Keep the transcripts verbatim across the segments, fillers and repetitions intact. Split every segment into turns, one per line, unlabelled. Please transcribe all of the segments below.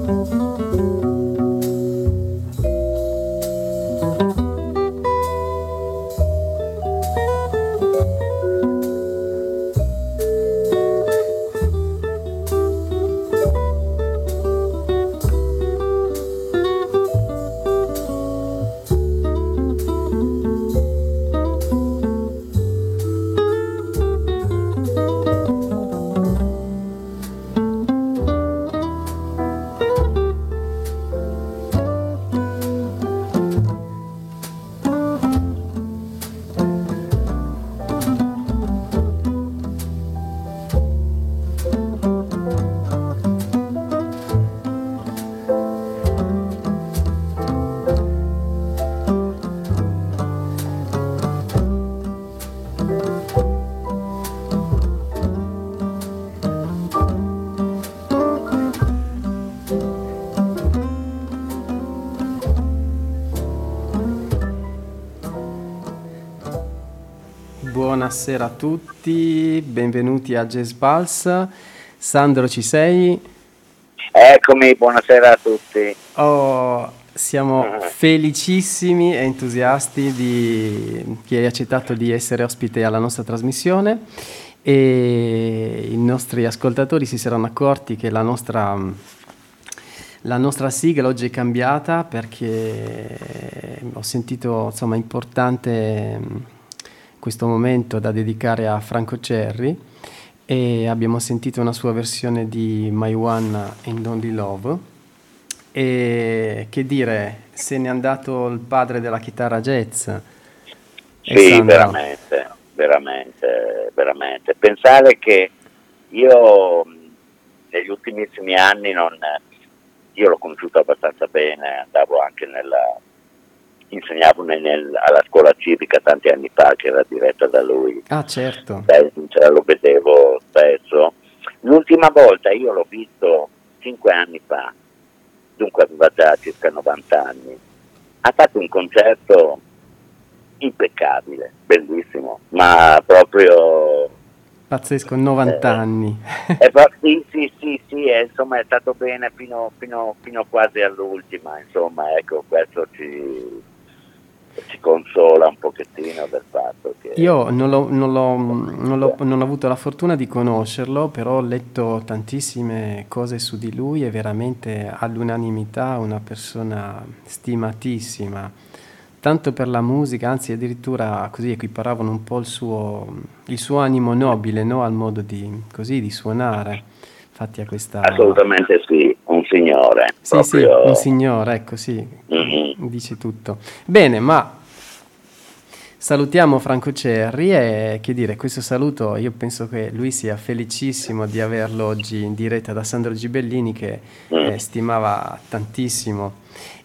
Buonasera a tutti, benvenuti a Jazz Pulse. Sandro, ci sei?
Eccomi, buonasera a tutti.
Oh, siamo felicissimi e entusiasti di che hai accettato di essere ospite alla nostra trasmissione, e i nostri ascoltatori si saranno accorti che la nostra, la nostra sigla oggi è cambiata perché ho sentito, insomma, importante questo momento da dedicare a Franco Cherry, e abbiamo sentito una sua versione di My One and Only Love. E che dire, se n'è andato il padre della chitarra jazz.
Sì, veramente, veramente, veramente. Pensare che io negli ultimissimi anni non, io l'ho conosciuto abbastanza bene, andavo anche nella insegnavo nel, nel, alla scuola civica tanti anni fa, che era diretta da lui.
Ah, certo.
Beh, cioè, lo vedevo spesso. L'ultima volta io l'ho visto cinque anni fa, dunque aveva già circa novanta anni. Ha fatto un concerto impeccabile, bellissimo, ma proprio
pazzesco, novanta
eh,
anni.
Eh, sì, sì, sì, sì, eh, insomma è stato bene fino, fino, fino quasi all'ultima, insomma, ecco, questo ci, ci consola un pochettino del fatto che...
Io non, l'ho, non, l'ho, non, l'ho, non ho avuto la fortuna di conoscerlo, però ho letto tantissime cose su di lui, è veramente all'unanimità una persona stimatissima, tanto per la musica, anzi addirittura così equiparavano un po' il suo, il suo animo nobile, no? Al modo di, così, di suonare. Infatti a questa...
Assolutamente sì, un signore.
Sì,
proprio...
sì, un signore, ecco, sì,
mm-hmm.
dice tutto. Bene, ma salutiamo Franco Cherry, e che dire, questo saluto, io penso che lui sia felicissimo di averlo oggi in diretta da Sandro Gibellini, che
mm.
eh, stimava tantissimo.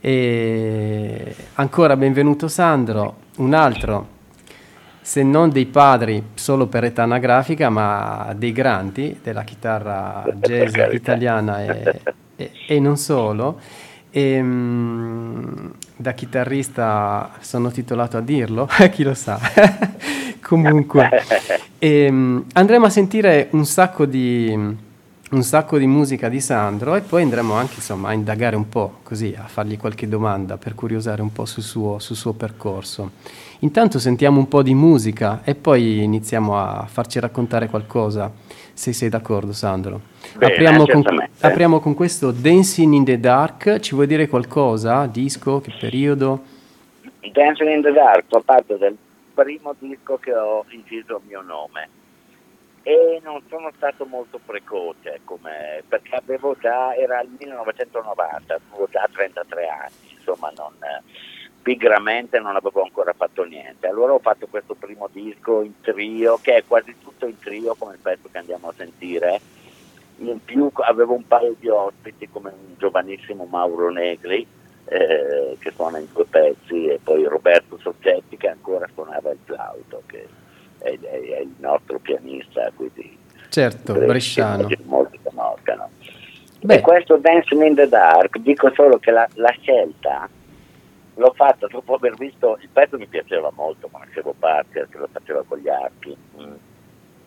E ancora benvenuto Sandro, un altro, se non dei padri solo per età anagrafica, ma dei grandi della chitarra jazz italiana e, e, e non solo. E, um, da chitarrista sono titolato a dirlo, chi lo sa. Comunque e, um, andremo a sentire un sacco di un sacco di musica di Sandro, e poi andremo anche, insomma, a indagare un po', così, a fargli qualche domanda per curiosare un po' sul suo, sul suo percorso. Intanto sentiamo un po' di musica e poi iniziamo a farci raccontare qualcosa, se sei d'accordo, Sandro.
Bene,
apriamo, con, apriamo con questo Dancing in the Dark. Ci vuoi dire qualcosa? Disco? Che periodo?
Dancing in the Dark fa parte del primo disco che ho inciso a mio nome, e non sono stato molto precoce, come, perché avevo già, era il millenovecentonovanta, avevo già trentatré anni, insomma non, pigramente non avevo ancora fatto niente. Allora ho fatto questo primo disco in trio, che è quasi tutto in trio come il pezzo che andiamo a sentire. In più avevo un paio di ospiti come un giovanissimo Mauro Negri, eh, che suona in due pezzi, e poi Roberto Soggetti, che ancora suonava il flauto, che è, è, è il nostro pianista, quindi
certo, bresciano,
che molti conoscano. Beh. E questo Dancing in the Dark, dico solo che la, la scelta l'ho fatta dopo aver visto, il pezzo mi piaceva molto, conoscevo Parker che lo faceva con gli archi, mm.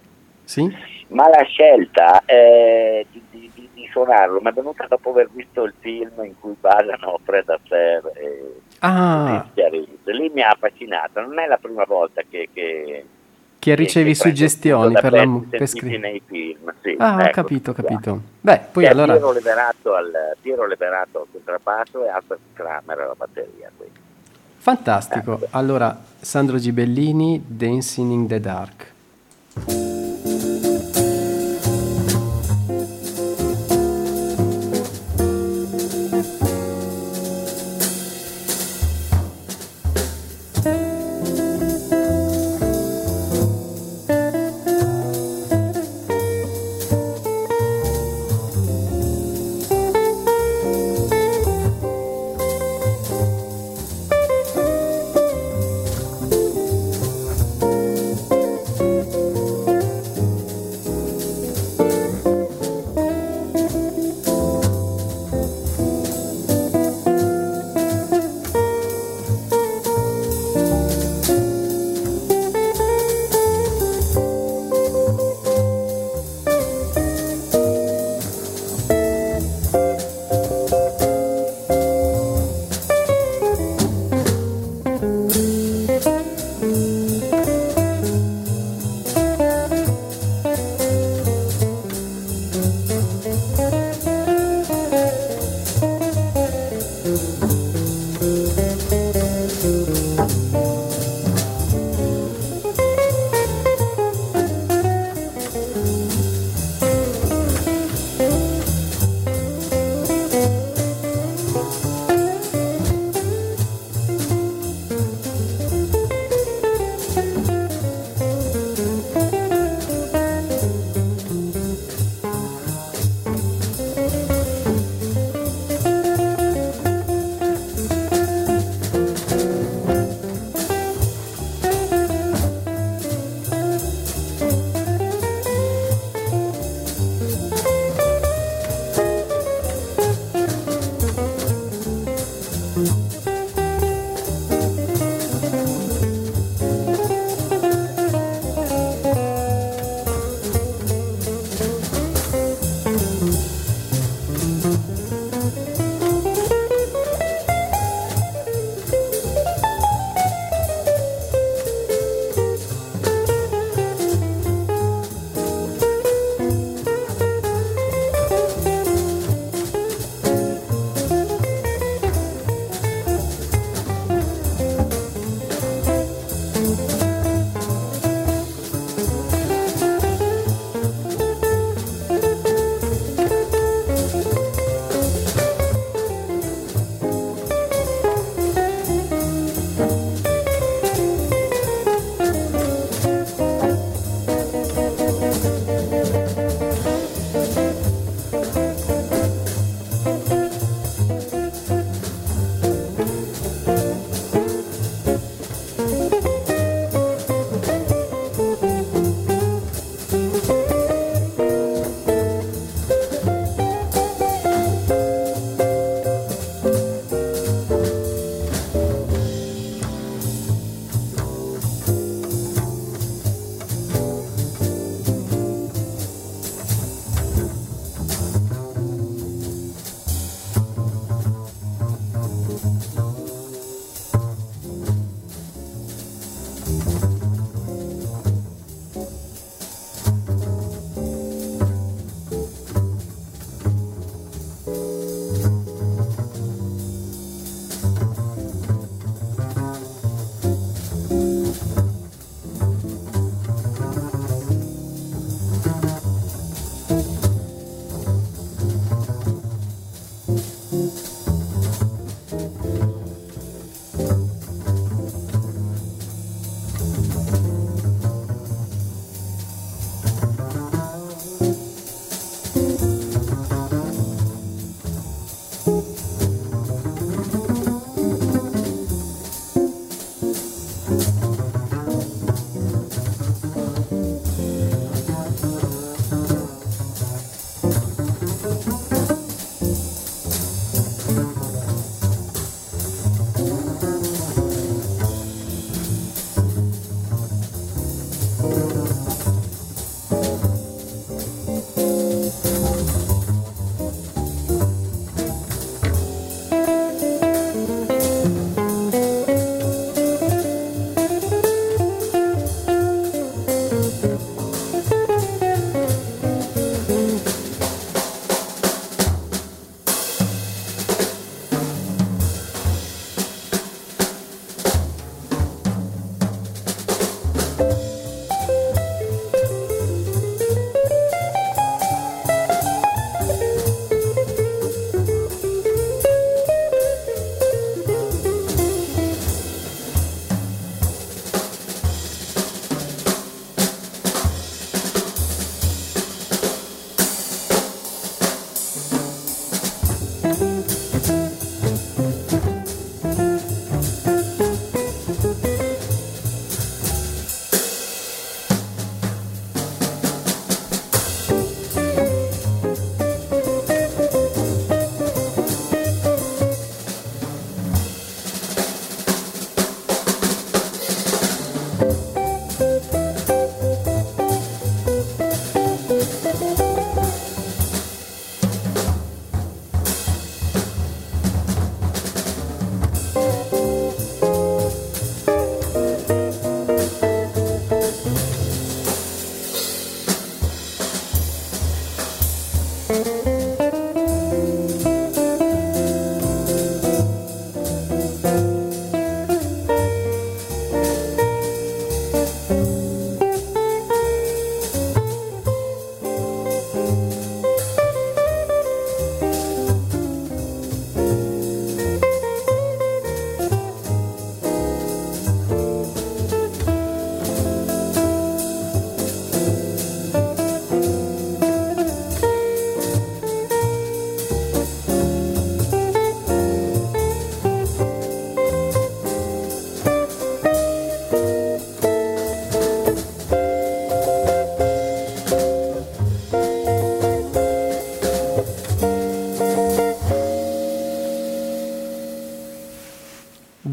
Sì?
Ma la scelta eh, di, di, di, di suonarlo mi è venuta dopo aver visto il film in cui ballano Fred Astaire e
Ah,
Chiarese. Lì mi ha affascinato, non è la prima volta che, che,
che
che,
ricevi
che prendo spunto
suggestioni
da
per la
pezzi
mu- per
sentiti
scri-
nei film. Sì,
Ah, ho
ecco,
capito, ho
qua.
capito. Beh, poi
C'è
allora
Piero Leverato al, Piero Leverato al contrabbasso e Albert Kramer alla batteria. Quindi.
fantastico.
Ecco.
Allora, Sandro Gibellini, Dancing in the Dark.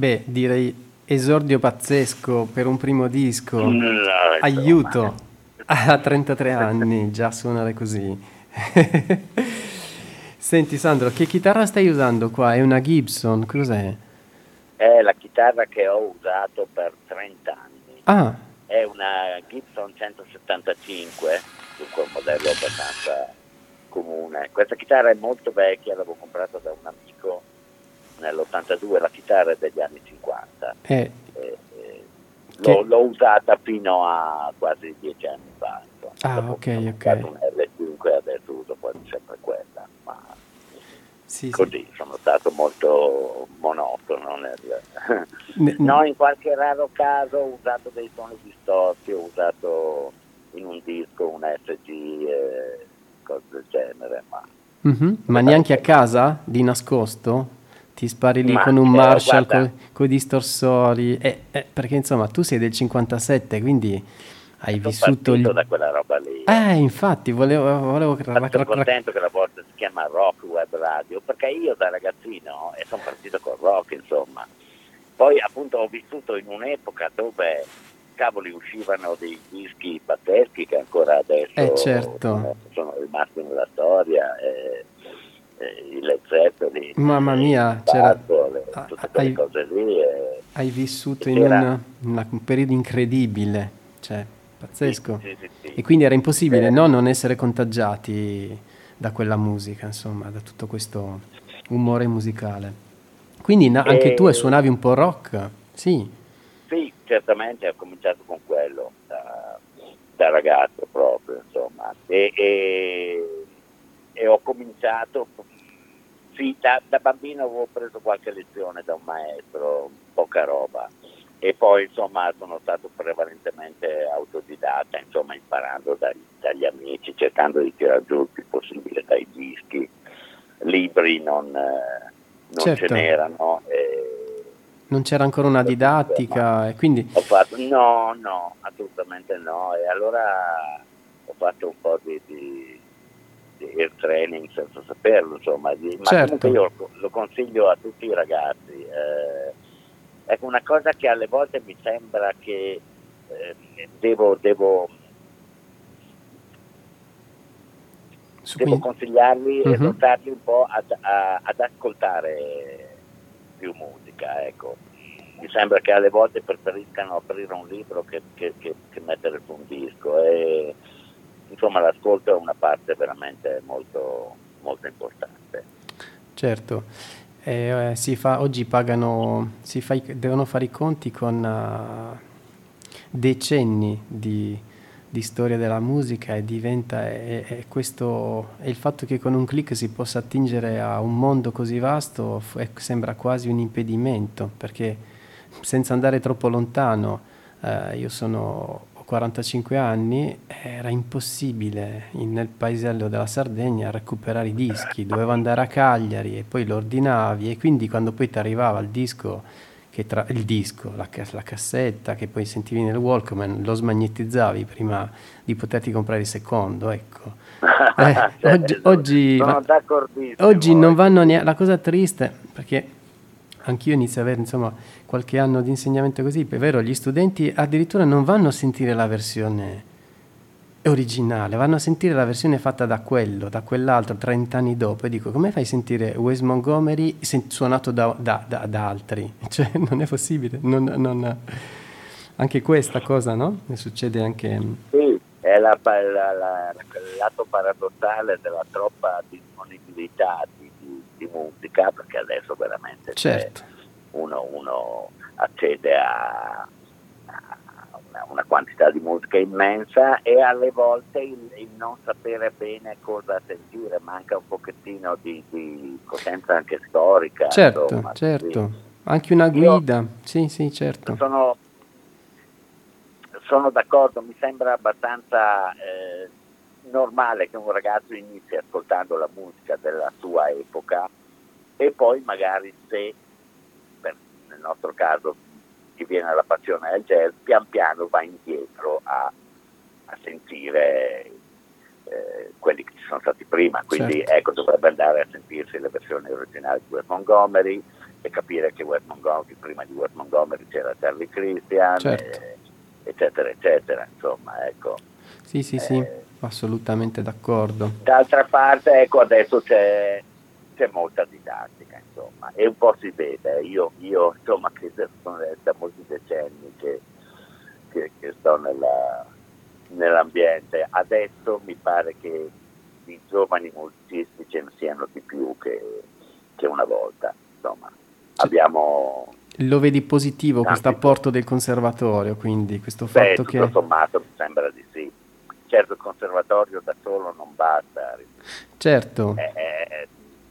beh, direi esordio pazzesco per un primo disco.
No,
Aiuto, a trentatré anni già suonare così. Senti Sandro, che chitarra stai usando qua? È una Gibson, cos'è?
È la chitarra che ho usato per trenta anni.
Ah,
È una Gibson centosettantacinque, dunque un modello abbastanza comune. Questa chitarra è molto vecchia, l'avevo comprata da un amico nell'ottantadue, la chitarra è degli anni cinquanta.
è...
Eh, eh,
Che-
l'ho, l'ho usata fino a quasi dieci anni fa. insomma.
Ah,
Dopo
ok,
ho
ok.
usato un L cinque, adesso uso quasi sempre quella. Ma
Sì, sì.
così sono stato molto monotono nel...
Ne-
no, in qualche raro caso ho usato dei suoni distorti, ho usato in un disco un S G e cose del genere, ma,
Mhm. Ma neanche a casa, di nascosto? Ti spari lì
ma
con un
eh,
Marshall,
guarda,
con i distorsori? Eh, eh, perché insomma tu sei del cinquantasette, quindi hai
sono
vissuto il...
partito da quella roba lì. eh.
Eh, infatti, volevo... volevo...
Infatti sono contento che la vostra si chiama Rock Web Radio, perché io da ragazzino e sono partito col rock, insomma. Poi appunto ho vissuto in un'epoca dove cavoli uscivano dei dischi pazzeschi che ancora adesso
Eh, certo.
sono rimasti nella storia, eh, eh, i Led Zeppelin,
Mamma
eh,
mia,
i
c'era...
Purple,
ah,
tutte quelle
Hai,
cose lì. eh,
hai vissuto
e
in
c'era,
un, una- un periodo incredibile, cioè,
sì,
pazzesco.
sì, sì,
E
sì.
quindi era impossibile,
Eh,
no, non essere contagiati da quella musica, insomma, da tutto questo umore musicale. Quindi na- anche tu
e,
suonavi un po' rock? Sì,
Sì, certamente ho cominciato con quello da, da ragazzo proprio, insomma, e, e, e ho cominciato, sì, da, da bambino avevo preso qualche lezione da un maestro, poca roba, e poi insomma sono stato prevalentemente autodidatta, insomma imparando dai- dagli amici, cercando di tirar giù il più possibile dai dischi, libri non, eh, non ce
certo,
n'erano. E,
non c'era ancora una
così, insomma.
didattica e quindi,
Ho fatto, no, no, assolutamente no, e allora ho fatto un po' di, di, di ear training senza saperlo, insomma, di- ma comunque
certo,
io lo, lo consiglio a tutti i ragazzi. eh, ecco, una cosa che alle volte mi sembra che eh, devo, devo,
su
devo
cui...
consigliarli,
Mhm.
esortarli un po' ad, a- ad ascoltare più musica, ecco. Mi sembra che alle volte preferiscano aprire un libro che, che- che- che mettere su un disco e insomma l'ascolto è una parte veramente molto, molto importante.
Certo. Eh, eh, si fa, oggi pagano, si fa i- devono fare i conti con eh, decenni di, di storia della musica e diventa, e, e questo, e il fatto che con un click si possa attingere a un mondo così vasto f- è- sembra quasi un impedimento, perché senza andare troppo lontano, eh, io sono, ho quarantacinque anni, era impossibile in- nel paesello della Sardegna recuperare i dischi, dovevo andare a Cagliari e poi lo ordinavi e quindi quando poi ti arrivava il disco, che tra, il disco, la, ca- la cassetta che poi sentivi nel Walkman, lo smagnetizzavi prima di poterti comprare il secondo, ecco. Eh,
Cioè,
oggi, oggi,
sono
ma oggi
d'accordissimo.
non
ecco,
vanno
sì.
neanche, la cosa triste, perché anch'io inizio ad avere insomma qualche anno di insegnamento così, è vero, gli studenti addirittura non vanno a sentire la versione originale, vanno a sentire la versione fatta da quello, da quell'altro, trenta anni dopo, e dico, come fai a sentire Wes Montgomery sen- suonato da, da- da- da altri? Cioè, non è possibile, non- non- anche questa cosa, no? Ne succede anche...
Sì, è la, la- la- il lato paradossale della troppa disponibilità di, di- di musica, perché adesso veramente c'è
Certo,
uno, uno accede a, a una, una quantità di musica immensa e alle volte il, il non sapere bene cosa sentire, manca un pochettino di, di coscienza anche storica,
certo,
insomma. Così.
certo, anche una
Io
guida, sì, sì, certo,
sono sono d'accordo, mi sembra abbastanza eh, normale che un ragazzo inizi ascoltando la musica della sua epoca e poi magari se, per, nel nostro caso, ti viene la passione del jazz, pian piano va indietro a, a sentire eh, quelli che ci sono stati prima, quindi
certo.
ecco dovrebbe andare a sentirsi le versioni originali di Wes Montgomery, e capire che Wes Montgomery, prima di Wes Montgomery c'era Charlie Christian,
Certo.
e, eccetera, eccetera, insomma, ecco.
Sì, sì,
Eh,
sì, assolutamente d'accordo.
D'altra parte, ecco, adesso c'è, c'è molta didattica, insomma, e un po' si vede. Io, io insomma, che sono da molti decenni che, che, che sto nella, nell'ambiente, adesso mi pare che i giovani musicisti ce ne siano di più che, che una volta, insomma.
Cioè,
abbiamo...
lo vedi positivo questo
tanti-
apporto del conservatorio, quindi questo
Beh,
fatto
tutto
che...
sommato mi sembra di sì. Certo, il conservatorio da solo non basta.
Certo,
Eh, eh,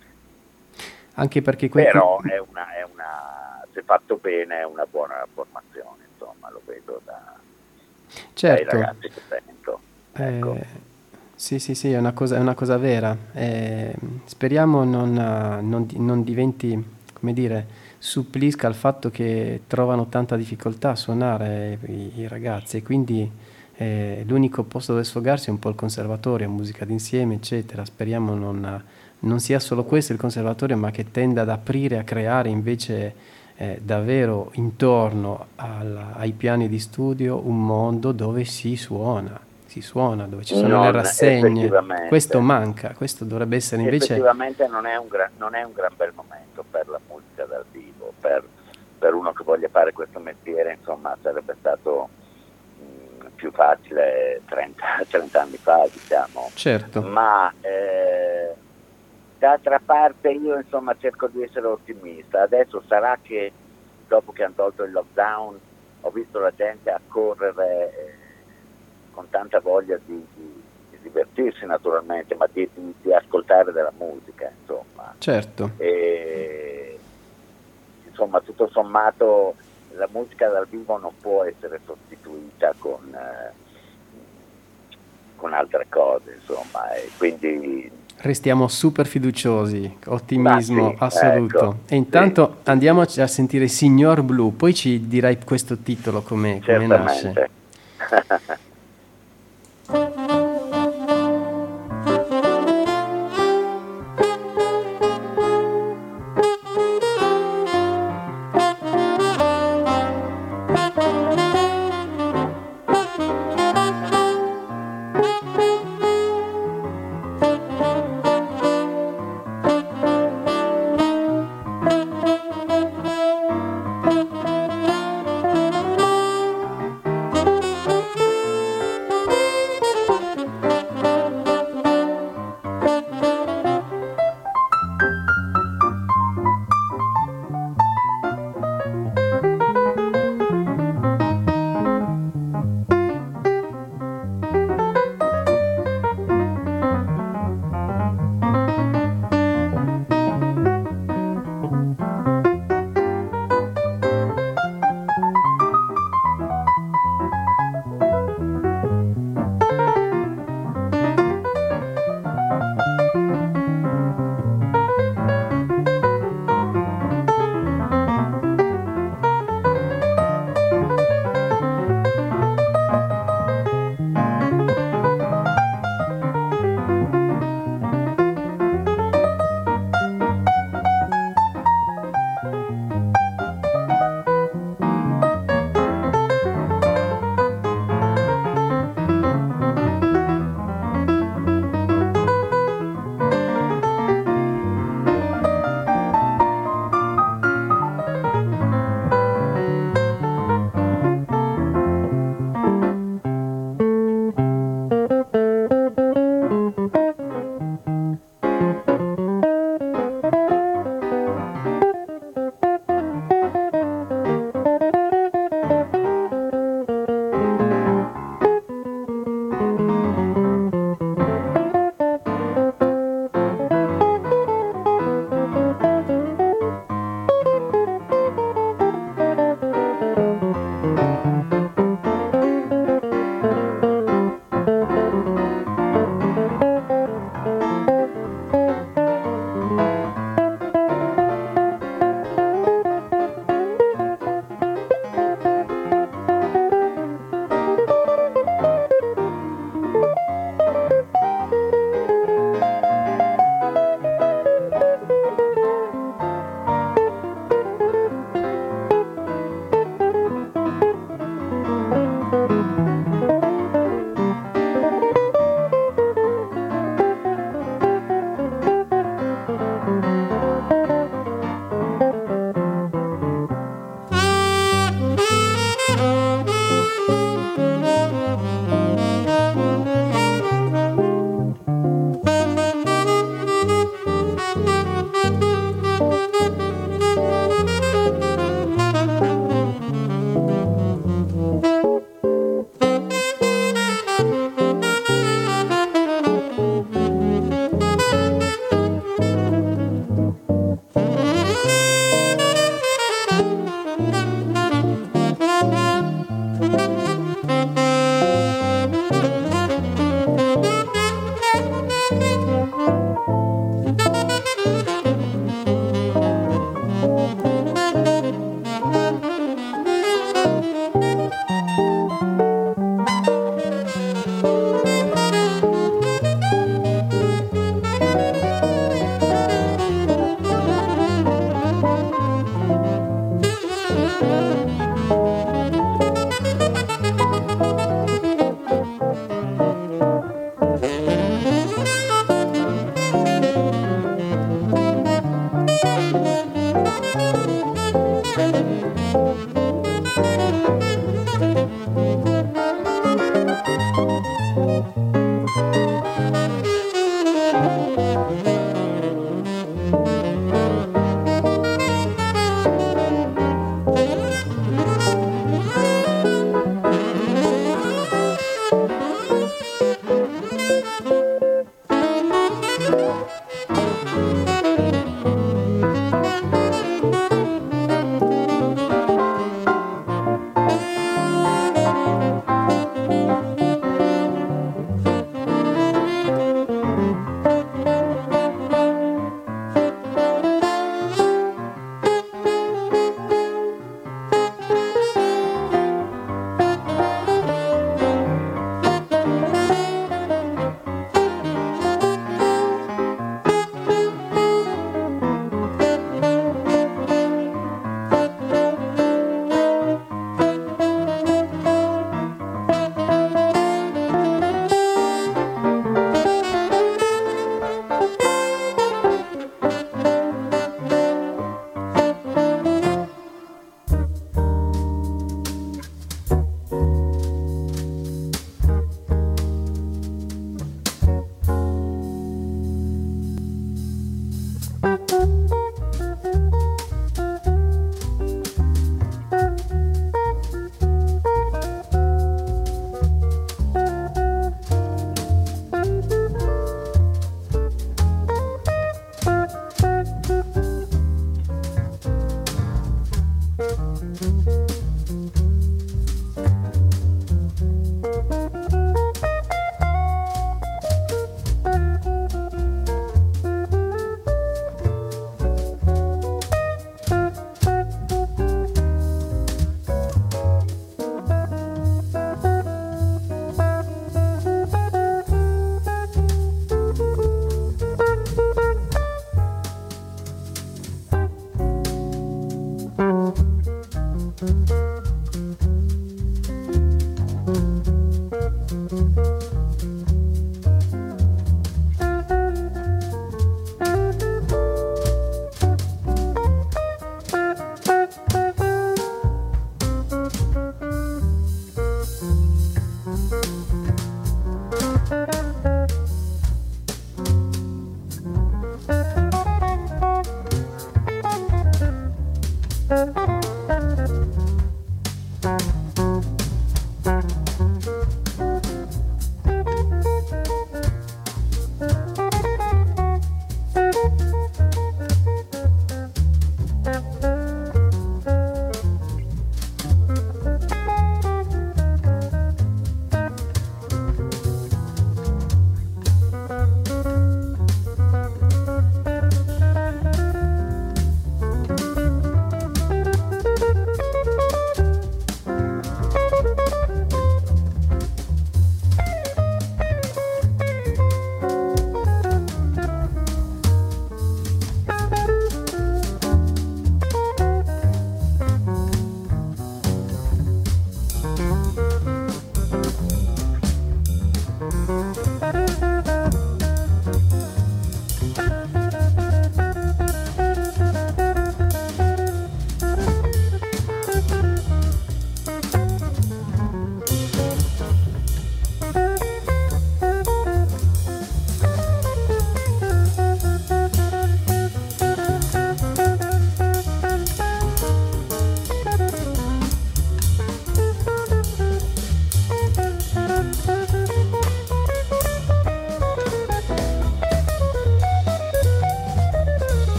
anche perché quei...
però è una, è una, se fatto bene, è una buona formazione, insomma, lo vedo da, dai
Certo,
ragazzi che sento. Ecco.
eh, sì, sì, sì, è una cosa, è una cosa vera. Eh, speriamo non, eh, non di- non diventi, come dire, supplisca il fatto che trovano tanta difficoltà a suonare i, i ragazzi e quindi eh, l'unico posto dove sfogarsi è un po' il conservatorio, musica d'insieme, eccetera. Speriamo non, non sia solo questo il conservatorio, ma che tenda ad aprire, a creare invece eh, davvero intorno al- ai piani di studio un mondo dove si suona, si suona, dove ci sono le
Non
rassegne. Questo
effettivamente,
manca, questo dovrebbe essere invece...
effettivamente non è un gran, non è un gran bel momento per la musica dal vivo, per, per uno che voglia fare questo mestiere, insomma, sarebbe stato mh, più facile trenta, trenta anni fa, diciamo.
Certo,
Ma eh, d'altra parte io, insomma, cerco di essere ottimista. Adesso sarà che dopo che hanno tolto il lockdown ho visto la gente accorrere eh, con tanta voglia di, di, di divertirsi naturalmente, ma di, di, di ascoltare della musica, insomma.
certo.
E, insomma, tutto sommato la musica dal vivo non può essere sostituita con, eh, con altre cose, insomma, e quindi...
Restiamo super fiduciosi,
Ma
ottimismo
sì,
assoluto.
ecco,
E intanto
sì,
andiamo a a sentire Signor Blue, poi ci dirai questo titolo come, come nasce.
certamente.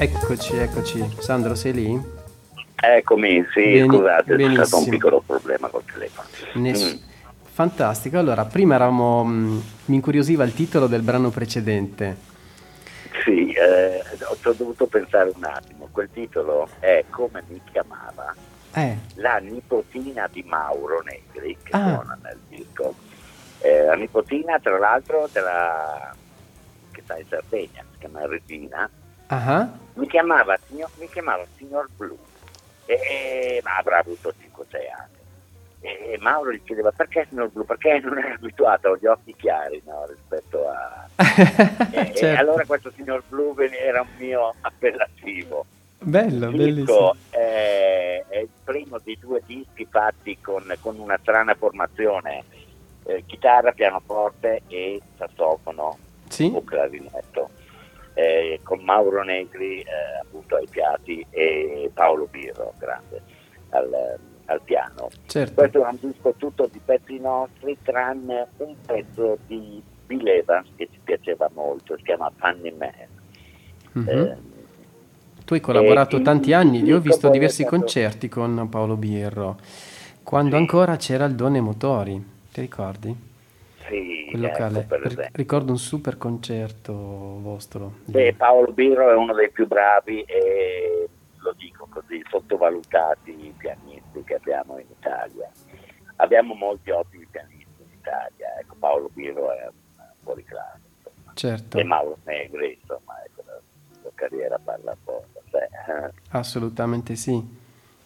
Eccoci, eccoci. Sandro, sei lì?
Eccomi, sì,
Beni-
scusate, c'è
benissimo.
stato un piccolo problema col telefono.
Ness-
Mm,
Fantastico. Allora, prima eravamo, mh, mi incuriosiva il titolo del brano precedente.
sì, eh, ho, ci ho dovuto pensare un attimo. Quel titolo è Come mi chiamava
Eh,
la nipotina di Mauro Negri, che
ah,
suona nel disco. Eh, la nipotina, tra l'altro, della, che sta in Sardegna, si chiama Regina,
ah,
mi chiamava signor, mi chiamava signor Blu, e, e- ma avrà avuto cinque sei anni. E Mauro gli chiedeva perché signor Blu, perché non è abituato agli occhi chiari, no, rispetto a... E, e
certo.
allora questo signor Blu era un mio appellativo.
Bello,
Il
bellissimo.
disco è, è il primo dei due dischi fatti con, con una strana formazione, eh, chitarra, pianoforte e sassofono
Sì?
o clarinetto, eh, con Mauro Negri eh, appunto ai piatti e Paolo Birro, grande, al, al piano.
Certo.
Questo è un disco tutto di pezzi nostri, tranne un pezzo di Bill Evans che ci piaceva molto, si chiama Funny Man.
Mhm.
Eh,
Tu hai collaborato
e il-
tanti
il
anni, io ho
disco
visto
poi è
diversi
stato...
concerti con Paolo Birro, quando
Sì,
ancora c'era il Donne Motori, ti ricordi?
sì,
Quel
ecco,
locale.
per
Ri-
esempio.
Ricordo un super concerto vostro lì.
Beh, Paolo Birro è uno dei più bravi e lo dico così, sottovalutati pianisti che abbiamo in Italia. Abbiamo molti ottimi pianisti in Italia, ecco, Paolo Birro è un fuori classe, insomma.
Certo,
E Mauro Negri, insomma, ecco, la sua carriera parla un po' da sé.
assolutamente sì.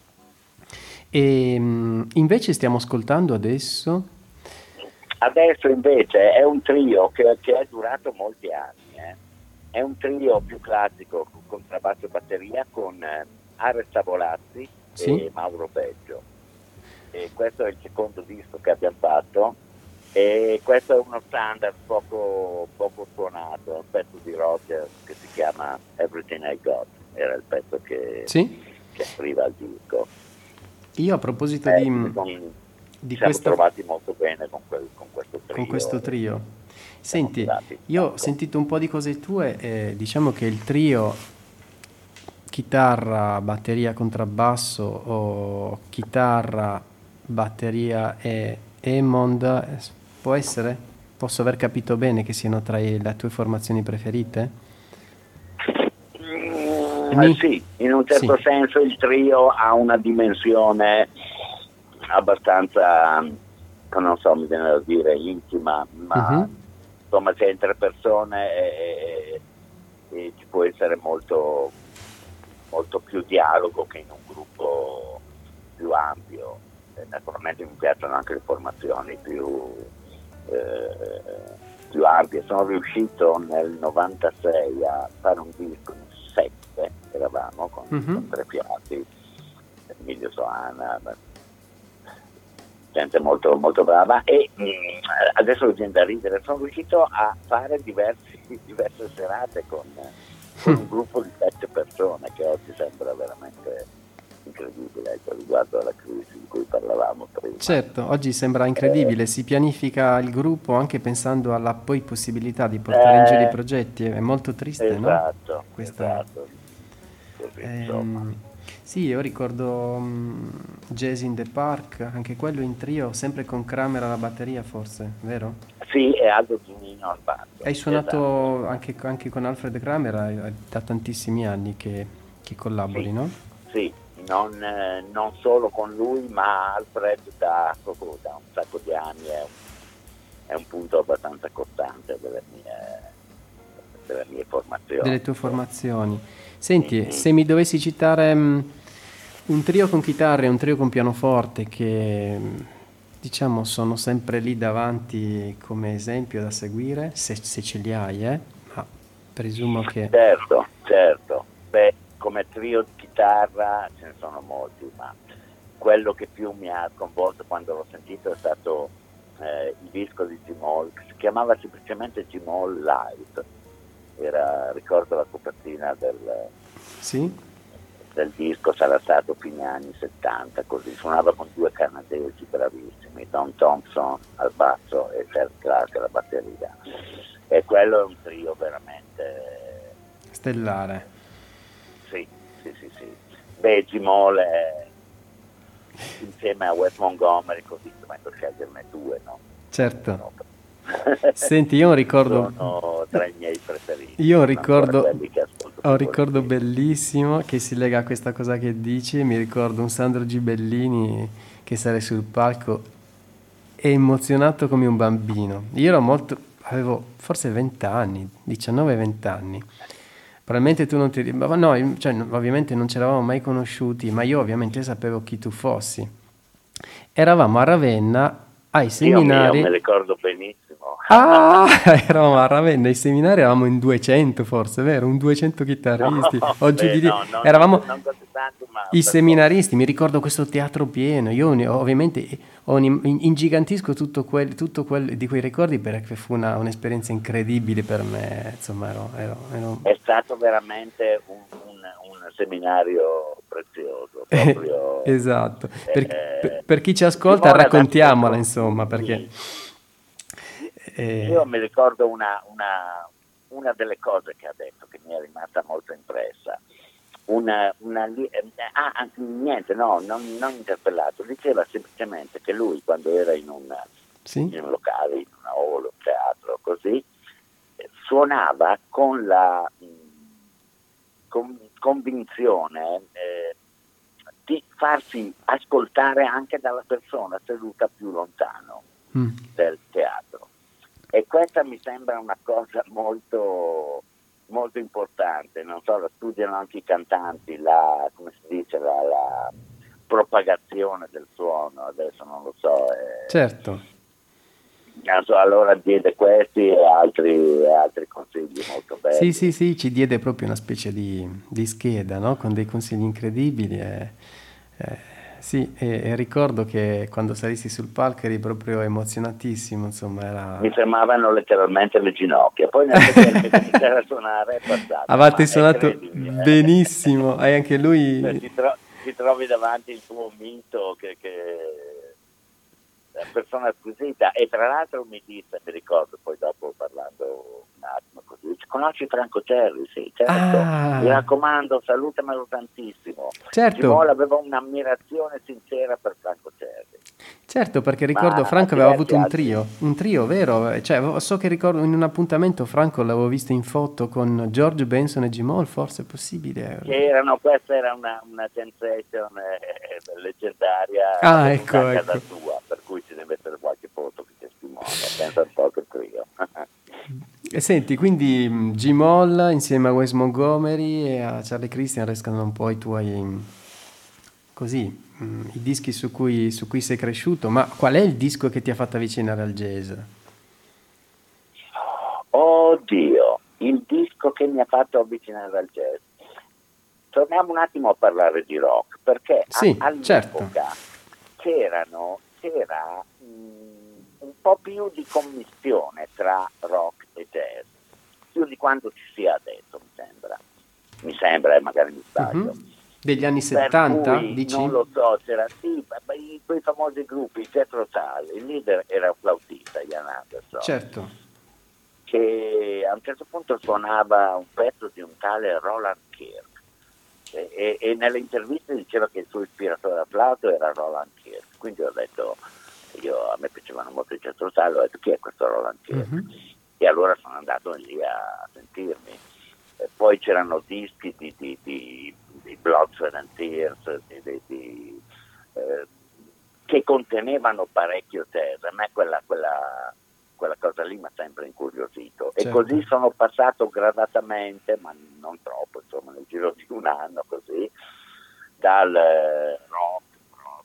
E mh, invece stiamo ascoltando adesso.
Adesso invece è un trio che, che è durato molti anni, eh. È un trio più classico con contrabbasso e batteria con eh, Ares Tavolazzi
Sì?
e Mauro Beggio. E questo è il secondo disco che abbiamo fatto e questo è uno standard poco, poco suonato, un pezzo di rock che si chiama Everything I Got, era il pezzo che,
Sì?
che apriva il disco.
Io a proposito
Eh,
di,
ci
mh,
siamo
di
ci siamo
questa,
trovati molto bene con, quel- con questo
con
trio
questo
e
trio,
siamo
senti,
durati un
io ho
sacco.
sentito un po' di cose tue e diciamo che il trio chitarra, batteria, contrabbasso o chitarra, batteria e Hammond eh, può essere? Posso aver capito bene che siano tra i- le tue formazioni preferite?
Mm,
Ni?
sì, in un
Sì.
certo senso il trio ha una dimensione abbastanza, non so, mi viene da dire intima, ma
Mhm.
insomma se è tre persone e, e- e ci può essere molto, molto più dialogo che in un gruppo più ampio. E naturalmente mi piacciono anche le formazioni più, eh, più ampie. Sono riuscito nel novantasei a fare un disco in sette, eravamo con,
Mhm.
con tre fiati, Emilio Soana, gente molto, molto brava e mh, adesso mi viene da ridere, sono riuscito a fare diversi, diverse serate con, con un gruppo di sette persone che oggi sembra veramente incredibile, ecco, riguardo alla crisi di cui parlavamo prima.
Certo, oggi sembra incredibile, si pianifica il gruppo anche pensando alla poi possibilità di portare in giro i
Eh,
progetti, è molto triste, no?
esatto,
Questa...
esatto, così insomma.
Ehm, sì, io ricordo mm, Jazz in the Park, anche quello in trio, sempre con Kramer alla batteria forse, vero?
Sì, e Aldo Zunino al basso,
Hai
esatto.
suonato anche, anche con Alfred Kramer eh, da tantissimi anni che, che collabori,
Sì,
no?
sì, non, eh, non solo con lui, ma Alfred da, proprio da un sacco di anni è un, è un punto abbastanza costante delle mie, delle mie formazioni.
Delle tue
insomma.
formazioni. Senti,
Mm-hmm.
se mi dovessi citare mm, un trio con chitarra e un trio con pianoforte che mm, diciamo sono sempre lì davanti come esempio da seguire, se, se ce li hai, eh? Ma presumo che...
Certo, certo. Beh, come trio di chitarra ce ne sono molti, ma quello che più mi ha sconvolto quando l'ho sentito è stato eh, il disco di G-Moll, che si chiamava semplicemente G-Moll Live. Era, ricordo la copertina del,
Sì?
del disco, sarà stato fine anni settanta, così suonava con due canadesi bravissimi, Don Thompson al basso e Serge Clark alla batteria. E quello è un trio veramente
Stellare.
Sì, sì, sì, sì. Beh, Gimol è, insieme a Wes Montgomery, così dovendo sceglierne due, no?
Certo.
Sono,
Senti, io ho un ricordo,
sono tra i miei preferiti,
io ho un
sono ancora
ricordo,
quelli che ascolto
ho un
più
ricordo
volentieri.
bellissimo che si lega a questa cosa che dici. Mi ricordo un Sandro Gibellini che sale sul palco e emozionato come un bambino. Io ero molto, avevo forse venti anni, diciannove venti anni. Probabilmente tu non ti... Ma no, io- cioè, no, ovviamente non ci eravamo mai conosciuti, ma io ovviamente sapevo chi tu fossi. Eravamo a Ravenna ai
Dio mio, mi
seminari.
ricordo benissimo.
Ah, eravamo a Ravenna, ai seminari eravamo in duecento forse, vero? Un duecento
No,
chitarristi, o giù di
beh,
lì.
no, no, non,
Eravamo
non così tanti, ma
i
per poco.
seminaristi, mi ricordo questo teatro pieno. Io ne- ovviamente ho un- in- ingigantisco tutto quel, tutto quel di quei ricordi perché fu una- un'esperienza incredibile per me. Insomma, ero, ero- ero-
È stato veramente un, un- un seminario prezioso, proprio.
Esatto. Per, per-
eh,
per chi ci ascolta,
Simone aveva
raccontiamola,
proprio,
insomma, perché...
sì.
eh,
Io mi ricordo una, una- una delle cose che ha detto che mi è rimasta molto impressa. Una, una li- eh, ah, anzi, niente, no, non, non interpellato, diceva semplicemente che lui quando era in un,
sì?
in un locale, in una hall, un teatro, così, eh, suonava con la mh, con- convinzione eh, di farsi ascoltare anche dalla persona seduta più lontano
Mm.
del teatro. E questa mi sembra una cosa molto, molto importante, non so, la studiano anche i cantanti, la, come si dice, la, la propagazione del suono, adesso non lo so. eh,
Certo.
non so, allora diede questi e altri, e altri consigli molto
Sì,
belli.
sì, sì, ci diede proprio una specie di, di scheda, no? Con dei consigli incredibili. E, eh, sì, e, e ricordo che quando salissi sul palco eri proprio emozionatissimo, insomma,
Mi
era...
fermavano letteralmente le ginocchia, poi nel vedermi cominciare a suonare è passata,
Avete
ma è
suonato
credimi, eh.
benissimo, e anche
Cioè,
lui...
ti, tro- ti trovi davanti il tuo mito che, che è una persona squisita, e tra l'altro mi disse, mi ricordo poi dopo parlando un attimo così, dice, conosci Franco Cerri? Sì, certo, mi
Ah,
raccomando, salutamelo tantissimo.
certo,
Gimola aveva un'ammirazione sincera per Franco Cerri,
certo, perché ricordo
ma
Franco aveva avuto
diversi
un
altri.
trio, un trio, vero? Cioè, avevo- so che ricordo in un appuntamento Franco l'avevo visto in foto con George Benson e Jim Hall, forse è possibile.
Che erano, questa era una, una sensation eh, leggendaria
Ah,
avvenuta a
ecco,
casa
ecco.
sua, per cui ci deve essere qualche foto che testimonia, pensa un po' che trio.
E senti, quindi mh, Jim Hall insieme a Wes Montgomery e a Charlie Christian restano un po' i tuoi, mh, così, mh, i dischi su cui, su cui sei cresciuto, ma qual è il disco che ti ha fatto avvicinare al jazz?
Oddio, il disco che mi ha fatto avvicinare al jazz. Torniamo un attimo a parlare di rock, perché a-
Sì, certo,
all'epoca c'erano, c'era mh, un po' più di commistione tra rock e jazz, più di quanto ci sia adesso, mi sembra. Mi sembra, e magari mi sbaglio.
Mhm. Degli anni
Per
settanta,
cui non
dici?
lo so, c'era sì, ma i- quei famosi gruppi, Jethro Tull, il leader era un flautista, Ian Anderson,
Certo,
che a un certo punto suonava un pezzo di un tale Roland Kirk e, e, e nelle interviste diceva che il suo ispiratore a flauto era Roland Kirk, quindi ho detto, io, a me piacevano molto i Jethro Tull, ho detto chi è questo Roland Kirk?
mhm,
E allora sono andato lì a sentirmi. E poi c'erano dischi di, di, di, di Blood, Sweat and Tears, di, di, di, eh, che contenevano parecchio jazz. A me quella, quella, quella cosa lì mi ha sempre incuriosito. E
certo,
così sono passato gradatamente, ma non troppo, insomma, nel giro di un anno così, dal eh, rock, rock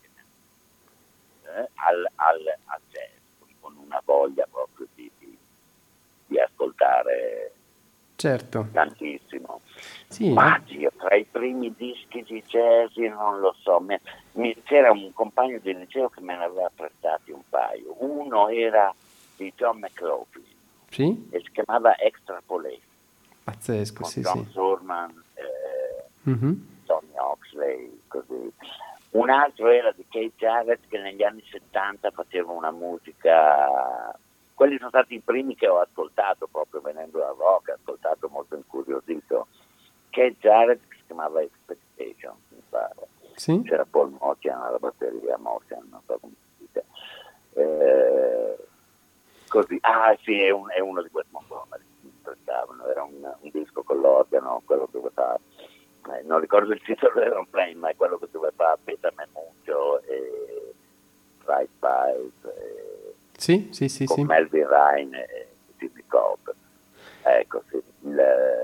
eh, al, al, al jazz, con una voglia proprio di, di, di ascoltare
certo.
tantissimo.
Sì,
Ma
an-
Dio, tra i primi dischi di jazz non lo so, mi- mi- c'era un compagno del liceo che me ne aveva prestati un paio. Uno era di John McLaughlin
sì,
e si chiamava Extrapolation,
pazzesco,
con
sì,
John
sì.
Surman, eh,
Mhm.
Tony Oxley, così. Un altro era di Keith Jarrett, che negli anni settanta faceva una musica. Quelli sono stati i primi che ho ascoltato proprio venendo al rock, ho ascoltato molto incuriosito. Keith Jarrett, chiamava Expectation, mi pare.
Sì?
C'era Paul Motian alla batteria, Motian, non so come si dice. Eh, così, ah sì, è, un, è uno di Wes Montgomery, mi prendavano, era un, un disco con l'organo, quello dove fa, eh, non ricordo il titolo dell'Aeroplane, ma è quello che dove fa Peter Menuccio e Fried Pies, e,
Sì, sì, sì,
con
sì.
Melvin Ryan e Jimmy Cobb. Ecco, sì, il,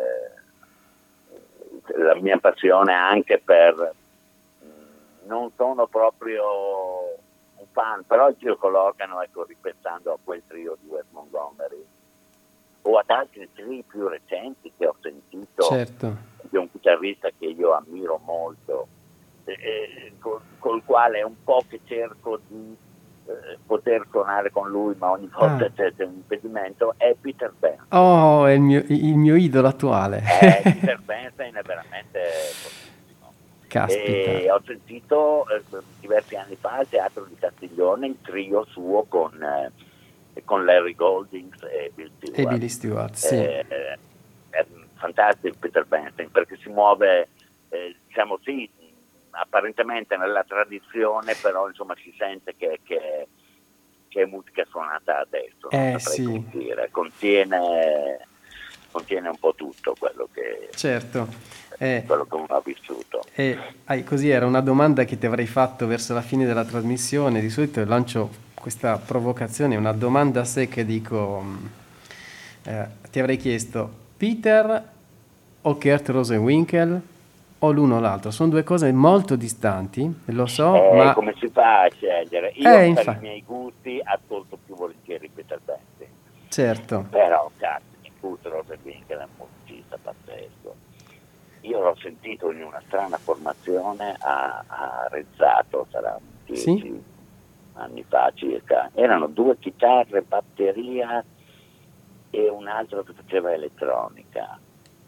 la mia passione anche per, non sono proprio un fan, però il giro con l'organo, ecco, ripensando a quel trio di Wes Montgomery o ad altri trio più recenti che ho sentito,
Certo.
di un chitarrista che io ammiro molto, eh, col, col quale è un po' che cerco di eh, poter suonare con lui, ma ogni volta
Ah.
c'è, c'è un impedimento, è Peter Bernstein.
Oh, è il mio, il mio idolo attuale.
Eh, Peter Bernstein è veramente fortissimo.
Caspita.
E ho sentito eh, diversi anni fa al Teatro di Castiglione il trio suo con, eh, con Larry Goldings e Bill Stewart.
E Billy Stewart, sì.
Eh, eh, è fantastico Peter Bernstein perché si muove, eh, diciamo sì, apparentemente nella tradizione, però insomma si sente che, che, che è musica suonata adesso, non
Eh,
saprei
sì.
come dire, contiene, contiene un po' tutto quello che,
Certo. Eh,
quello che uno ha vissuto.
eh, ah, così era una domanda che ti avrei fatto verso la fine della trasmissione. Di solito lancio questa provocazione, una domanda a sé che dico, mh, eh, ti avrei chiesto Peter o Kurt Rosenwinkel o l'uno o l'altro. Sono due cose molto distanti, lo so,
Eh,
ma
come si fa a scegliere? Io
Eh,
per
infatti.
i miei gusti ascolto più volentieri Peter Bernstein,
certo,
però cazzo, Kurt Rosenwinkel è un musicista pazzesco. Io l'ho sentito in una strana formazione a, a Rezzato, sarà dieci
Sì?
anni fa circa. Erano due chitarre, batteria e un altro che faceva elettronica.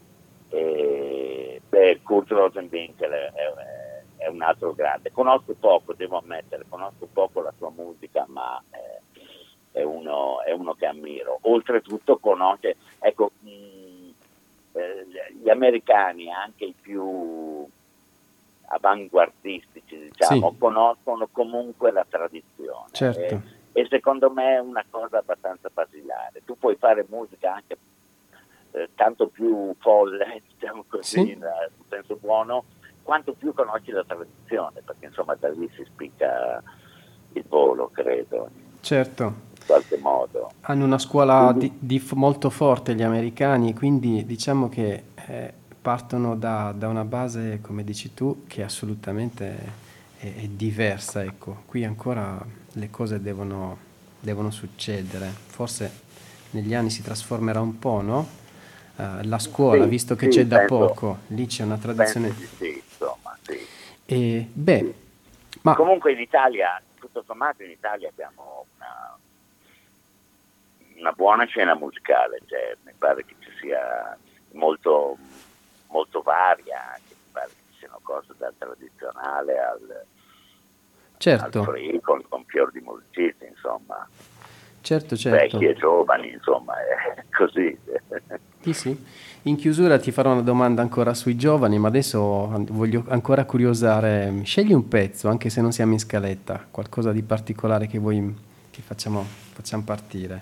E, beh, Kurt Rosenwinkel è, è, è un altro grande. Conosco poco, devo ammettere, conosco poco la sua musica, ma è, è, uno, è uno che ammiro. Oltretutto conosce, ecco, mh, eh, gli americani, anche i più avanguardistici, diciamo,
Sì.
conoscono comunque la tradizione.
Certo.
E, e secondo me è una cosa abbastanza basilare. Tu puoi fare musica anche eh, tanto più folle, diciamo così,
Sì.
in senso buono, quanto più conosci la tradizione, perché insomma da lì si spicca il volo, credo, in
Certo.
qualche modo.
Hanno una scuola
Quindi-
di, di f- molto forte gli americani, quindi diciamo che eh, partono da, da una base, come dici tu, che assolutamente è, è diversa. Ecco, qui ancora le cose devono, devono succedere. Forse negli anni si trasformerà un po', no? Eh, la scuola,
Sì,
visto che
sì,
c'è da
penso-
poco, lì c'è una tradizione.
Penso di sì, insomma, sì.
E, beh, ma
Comunque in Italia, tutto sommato in Italia abbiamo una, una buona scena musicale, cioè, mi pare che ci sia molto, molto varia, anche, mi pare che ci siano cose dal tradizionale al,
certo,
al free, con, con fior di musicisti, insomma,
certo, certo.
vecchi e giovani, insomma, è così.
Sì, sì. In chiusura ti farò una domanda ancora sui giovani, ma adesso an- voglio ancora curiosare. Scegli un pezzo, anche se non siamo in scaletta, qualcosa di particolare che vuoi che facciamo, facciamo partire.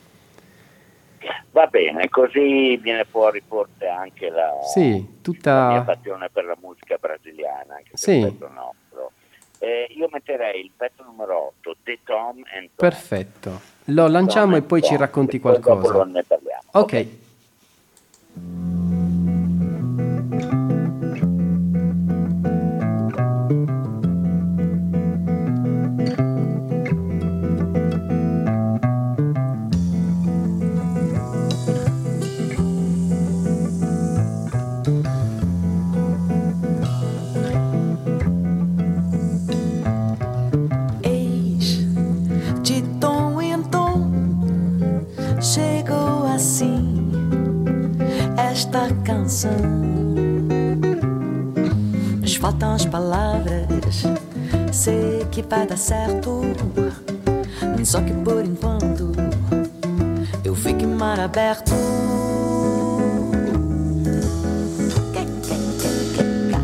Va bene, così viene fuori forse anche la,
Sì, tutta-
la mia passione per la musica brasiliana, anche se
Sì.
è un pezzo nostro. Eh, io metterei il pezzo numero otto, The Tom and Tom.
Perfetto. Lo lanciamo
Tom
e
and
poi ci
Tom,
racconti
e poi dopo
qualcosa.
ne parliamo.
Ok.
Eis de tom em tom chegou assim esta canção. Nos faltam as palavras, sei que vai dar certo, só que por enquanto eu fico em mar aberto. Que, que, que, que,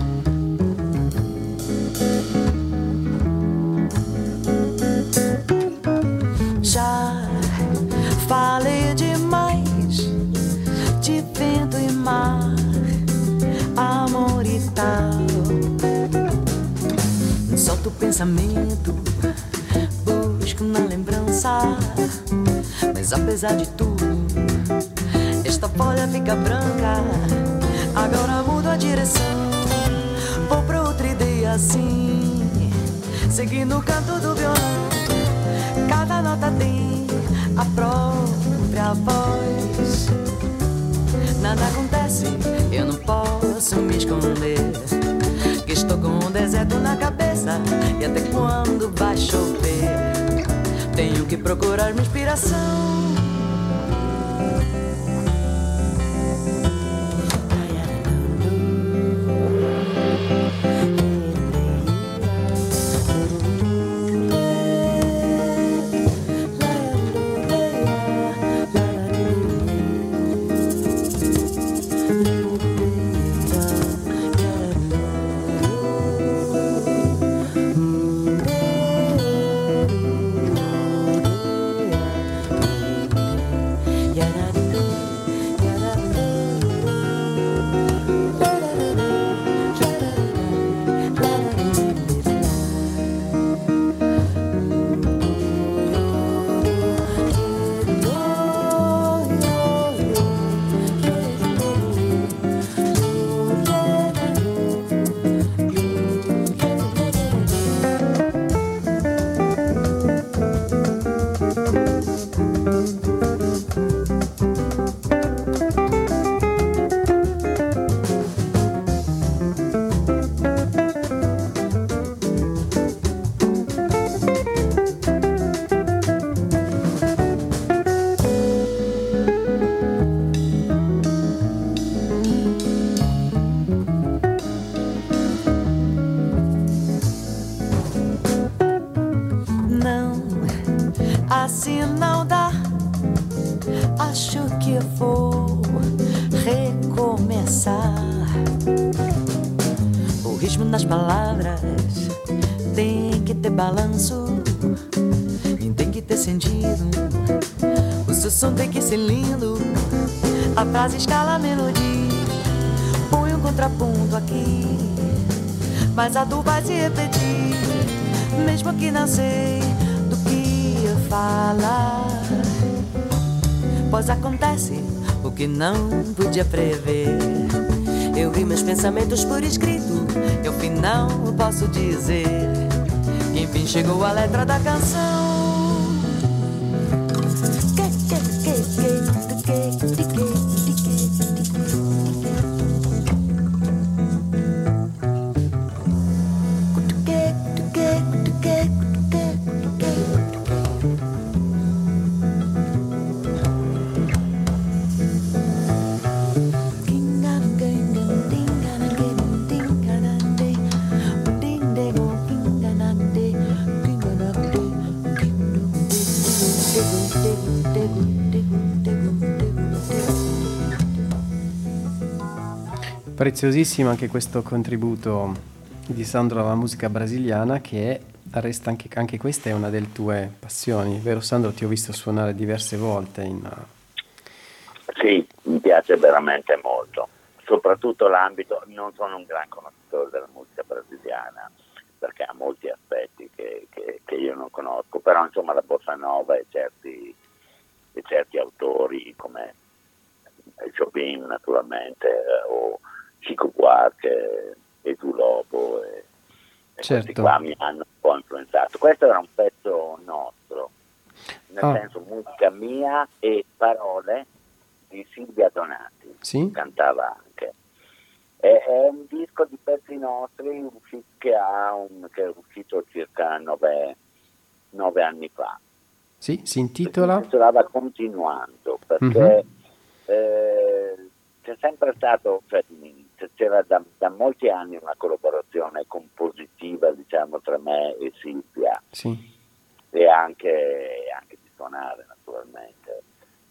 quanto pensamento busco na lembrança. Mas apesar de tudo, esta folha fica branca. Agora mudo a direção, vou pra outra ideia assim, seguindo o canto do violão. Cada nota tem a própria voz. Nada acontece, eu não posso me esconder, que estou com um deserto na cabeça. E até quando vai chover, tenho que procurar minha inspiração. Assim não dá, acho que vou recomeçar. O ritmo das palavras tem que ter balanço e tem que ter sentido. O seu som tem que ser lindo, a frase escala a melodia. Põe um contraponto aqui, mas a dor vai se repetir, mesmo que não sei do que falar. Pois acontece o que não podia prever. Eu vi meus pensamentos por escrito, eu final posso dizer que enfim chegou a letra da canção.
Preziosissimo anche questo contributo di Sandro alla musica brasiliana, che è, resta anche, anche questa è una delle tue passioni, vero Sandro? Ti ho visto suonare diverse volte in...
Sì, mi piace veramente molto, soprattutto l'ambito. Non sono un gran conoscitore della musica brasiliana perché ha molti aspetti che, che, che io non conosco, però insomma la bossa nova e certi, e certi autori come Jobim naturalmente eh, o Chico Buarque, Edu Lobo e, e
certo.
Questi qua mi hanno un po' influenzato. Questo era un pezzo nostro, nel
ah.
senso musica mia e parole di Silvia Donati,
sì?
Cantava anche. È, è un disco di pezzi nostri che, ha un, che è uscito circa nove, nove anni fa.
Sì, si intitola?
Si intitolava Continuando, perché mm-hmm. eh, c'è sempre stato, cioè, c'era da, da molti anni una collaborazione compositiva, diciamo, tra me e Silvia,
sì.
e anche, anche di suonare naturalmente.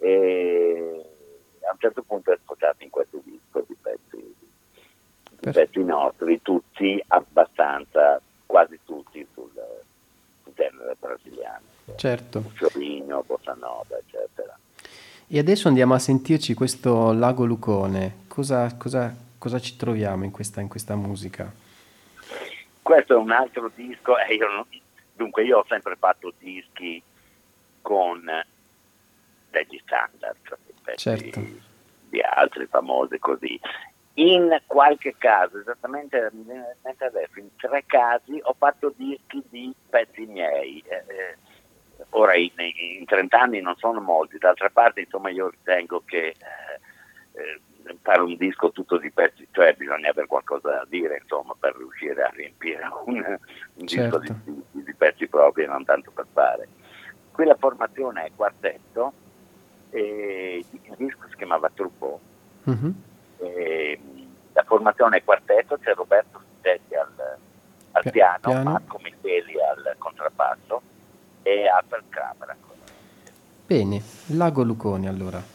E a un certo punto è sfociato in questo disco di pezzi, di pezzi nostri, tutti abbastanza, quasi tutti sul, sul genere brasiliano.
Certo.
Chorino, bossa nova, eccetera.
E adesso andiamo a sentirci questo Lago Lucone. Cosa, cosa, cosa ci troviamo in questa, in questa musica?
questo è un altro disco, e io non, dunque io ho sempre fatto dischi con degli standard, pezzi
Certo.
di altri famosi così. In qualche caso, esattamente mi viene in mente adesso, in tre casi ho fatto dischi di pezzi miei. Eh, eh, ora in, in trent'anni non sono molti, d'altra parte insomma io ritengo che eh, eh, fare un disco tutto di pezzi, cioè bisogna avere qualcosa da dire insomma per riuscire a riempire un, un
Certo.
disco di, di, di pezzi propri, non tanto per fare. Qui la formazione è quartetto, e il disco si chiamava Troupeau.
Mhm.
E la formazione è quartetto, c'è Roberto Sudetti al, al
Pi-
piano,
piano.
Marco Micheli al contrabbasso e Alper Kramer.
Bene, Lago Luconi allora.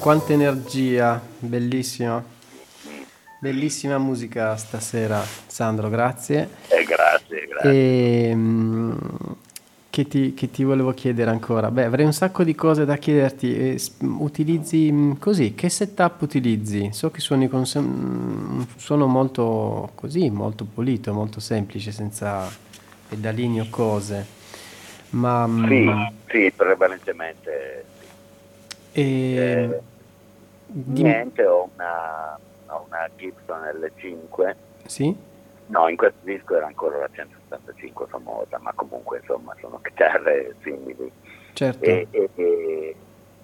quanta energia, bellissima, bellissima musica stasera, Sandro, grazie.
Eh, grazie, grazie.
E, mm, che, ti, che ti volevo chiedere ancora? Beh, avrei un sacco di cose da chiederti. E, s- utilizzi mm, così, che setup utilizzi? So che suoni con sem- mm, un suono molto così, molto pulito, molto semplice, senza pedalini o cose. Ma mm,
Sì, sì, prevalentemente sì.
e,
Eh,
dimmi,
niente, ho una, ho una Gibson L cinque.
sì,
No, in questo disco era ancora la centosettantacinque famosa, ma comunque insomma sono chitarre simili.
certo.
E, e, e-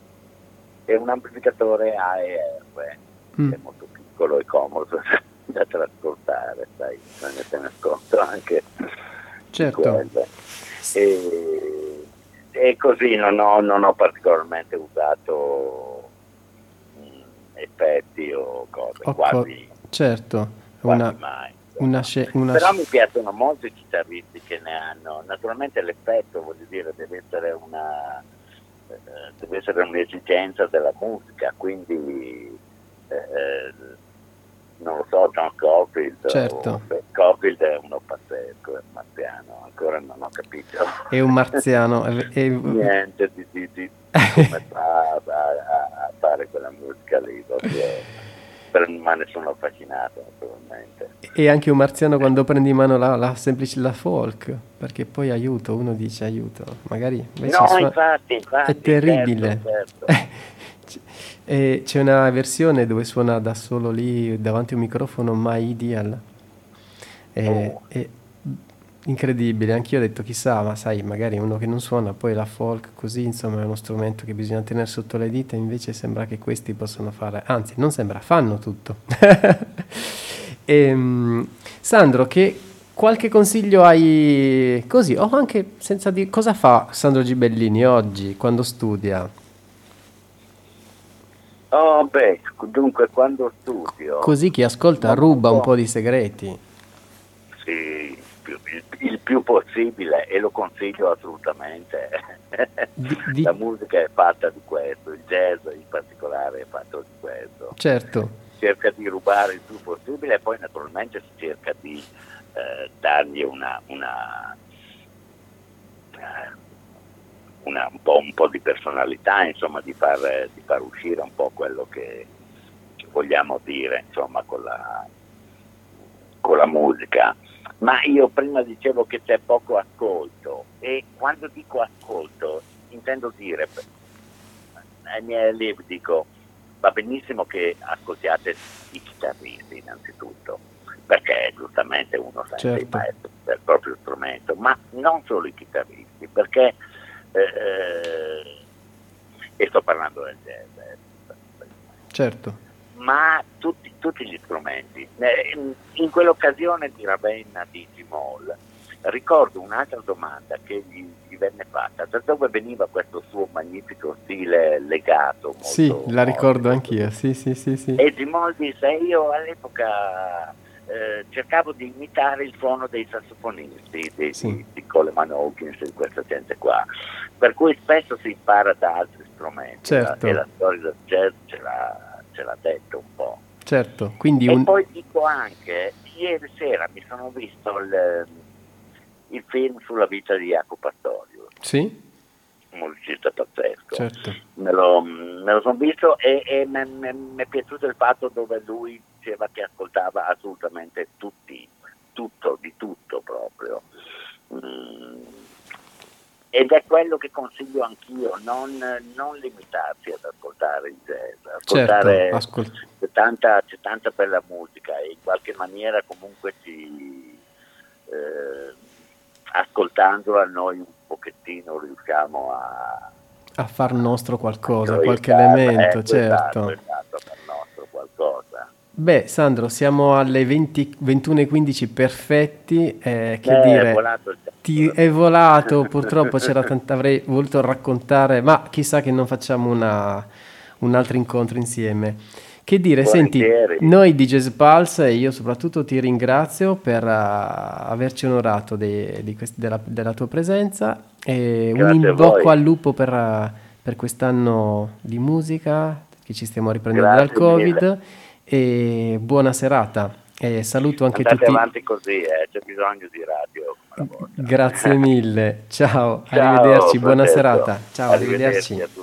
e un amplificatore A E R
Mm,
che è molto piccolo e comodo da trasportare, sai, bisogna tenere conto anche di
certo.
quello. E, e così non ho, non ho particolarmente usato mm, effetti o cose,
Ho co-
quasi,
certo,
quasi
una,
mai.
una,
insomma.
sce- una
Però
sc-
mi piacciono molto i chitarristi che ne hanno. Naturalmente l'effetto, voglio dire, deve essere una eh, deve essere un'esigenza della musica, quindi eh, non lo so, John Scofield,
certo,
o, beh, Scofield è uno pazzesco, è un marziano, ancora non ho capito
è un marziano. è- è-
niente di, di, di come fa a, a- a fare quella musica lì, proprio, per, ma ne sono affascinato naturalmente.
E anche un marziano quando prendi in mano la, la semplice la folk, perché poi aiuto, uno dice aiuto, magari invece
No,
suona-
infatti, infatti,
è terribile.
certo, certo.
C- e c'è una versione dove suona da solo lì davanti a un microfono, My Ideal. È,
Oh.
è incredibile, anch'io ho detto chissà, ma sai, magari uno che non suona, poi la folk così, insomma, è uno strumento che bisogna tenere sotto le dita, invece sembra che questi possano fare, anzi, non sembra, fanno tutto. Ehm, Sandro, che qualche consiglio hai così, o anche senza dire cosa fa Sandro Gibellini oggi quando studia?
Oh, beh, dunque quando studio,
Così chi ascolta
non
ruba un
so,
po' di segreti.
sì, più- il, il più possibile, e lo consiglio assolutamente.
Di, di-
La musica è fatta di questo, il jazz in particolare è fatto di questo.
certo,
Cerca di rubare il più possibile e poi naturalmente si cerca di eh, dargli una, una, eh, una- un, po', un po' di personalità, insomma, di far, di far uscire un po' quello che, che vogliamo dire, insomma, con la, con la musica. Ma io prima dicevo che c'è poco ascolto, e quando dico ascolto intendo dire, ai miei allievi dico, va benissimo che ascoltiate i chitarristi innanzitutto, perché giustamente uno sente il
certo,
maestro del proprio strumento, ma non solo i chitarristi, perché eh, e sto parlando del jazz, eh,
certo,
ma tutti, tutti gli strumenti. Eh, in, in quell'occasione di Ravenna di G-Moll ricordo un'altra domanda che gli, gli venne fatta, da dove veniva questo suo magnifico stile legato, molto
sì, la ricordo
morbido.
anch'io, sì, sì, sì, sì,
E G-Moll disse, io all'epoca eh, cercavo di imitare il suono dei sassofonisti, di,
sì,
di, di Coleman Hawkins, di questa gente qua, per cui spesso si impara da altri strumenti, la-
certo,
e la storia del jazz ce l'ha, ce l'ha detto un po'.
certo, quindi
E
un...
poi dico anche, ieri sera mi sono visto il, il film sulla vita di Jacopo Pastorius,
sì,
un musicista pazzesco.
certo,
Me lo, me lo sono visto e, e mi è piaciuto il fatto dove lui diceva che ascoltava assolutamente tutti, tutto, di tutto proprio. Mm. Ed è quello che consiglio anch'io, non, non limitarsi ad ascoltare il jazz, ascoltare,
certo, ascol-
c'è tanta, c'è tanta bella musica e in qualche maniera comunque ci, eh, ascoltandola noi un pochettino riusciamo a
a far nostro qualcosa,
proiettarla,
qualche elemento,
ecco,
certo.
esatto, esatto, per nostro qualcosa.
Beh, Sandro, siamo alle venti, ventuno e quindici perfetti, eh, che
Eh, è
dire,
volato il tempo.
ti è volato, purtroppo c'era tanta, avrei voluto raccontare, ma chissà che non facciamo una, un altro incontro insieme. Che dire, senti,
Volentieri.
noi di Jazz Pulse e io soprattutto ti ringrazio per uh, averci onorato de- di quest- della, della tua presenza e un
Grazie
in
a
bocca
voi.
al lupo per, uh, per quest'anno di musica, che che ci stiamo riprendendo
Grazie
dal Covid
mille.
e buona serata. E saluto anche
Andate
tutti.
avanti così, eh, c'è bisogno di radio. come una volta.
Grazie mille, ciao,
Ciao,
arrivederci, buona
Francesco.
serata, ciao, arrivederci.
Arrivederci a tutti.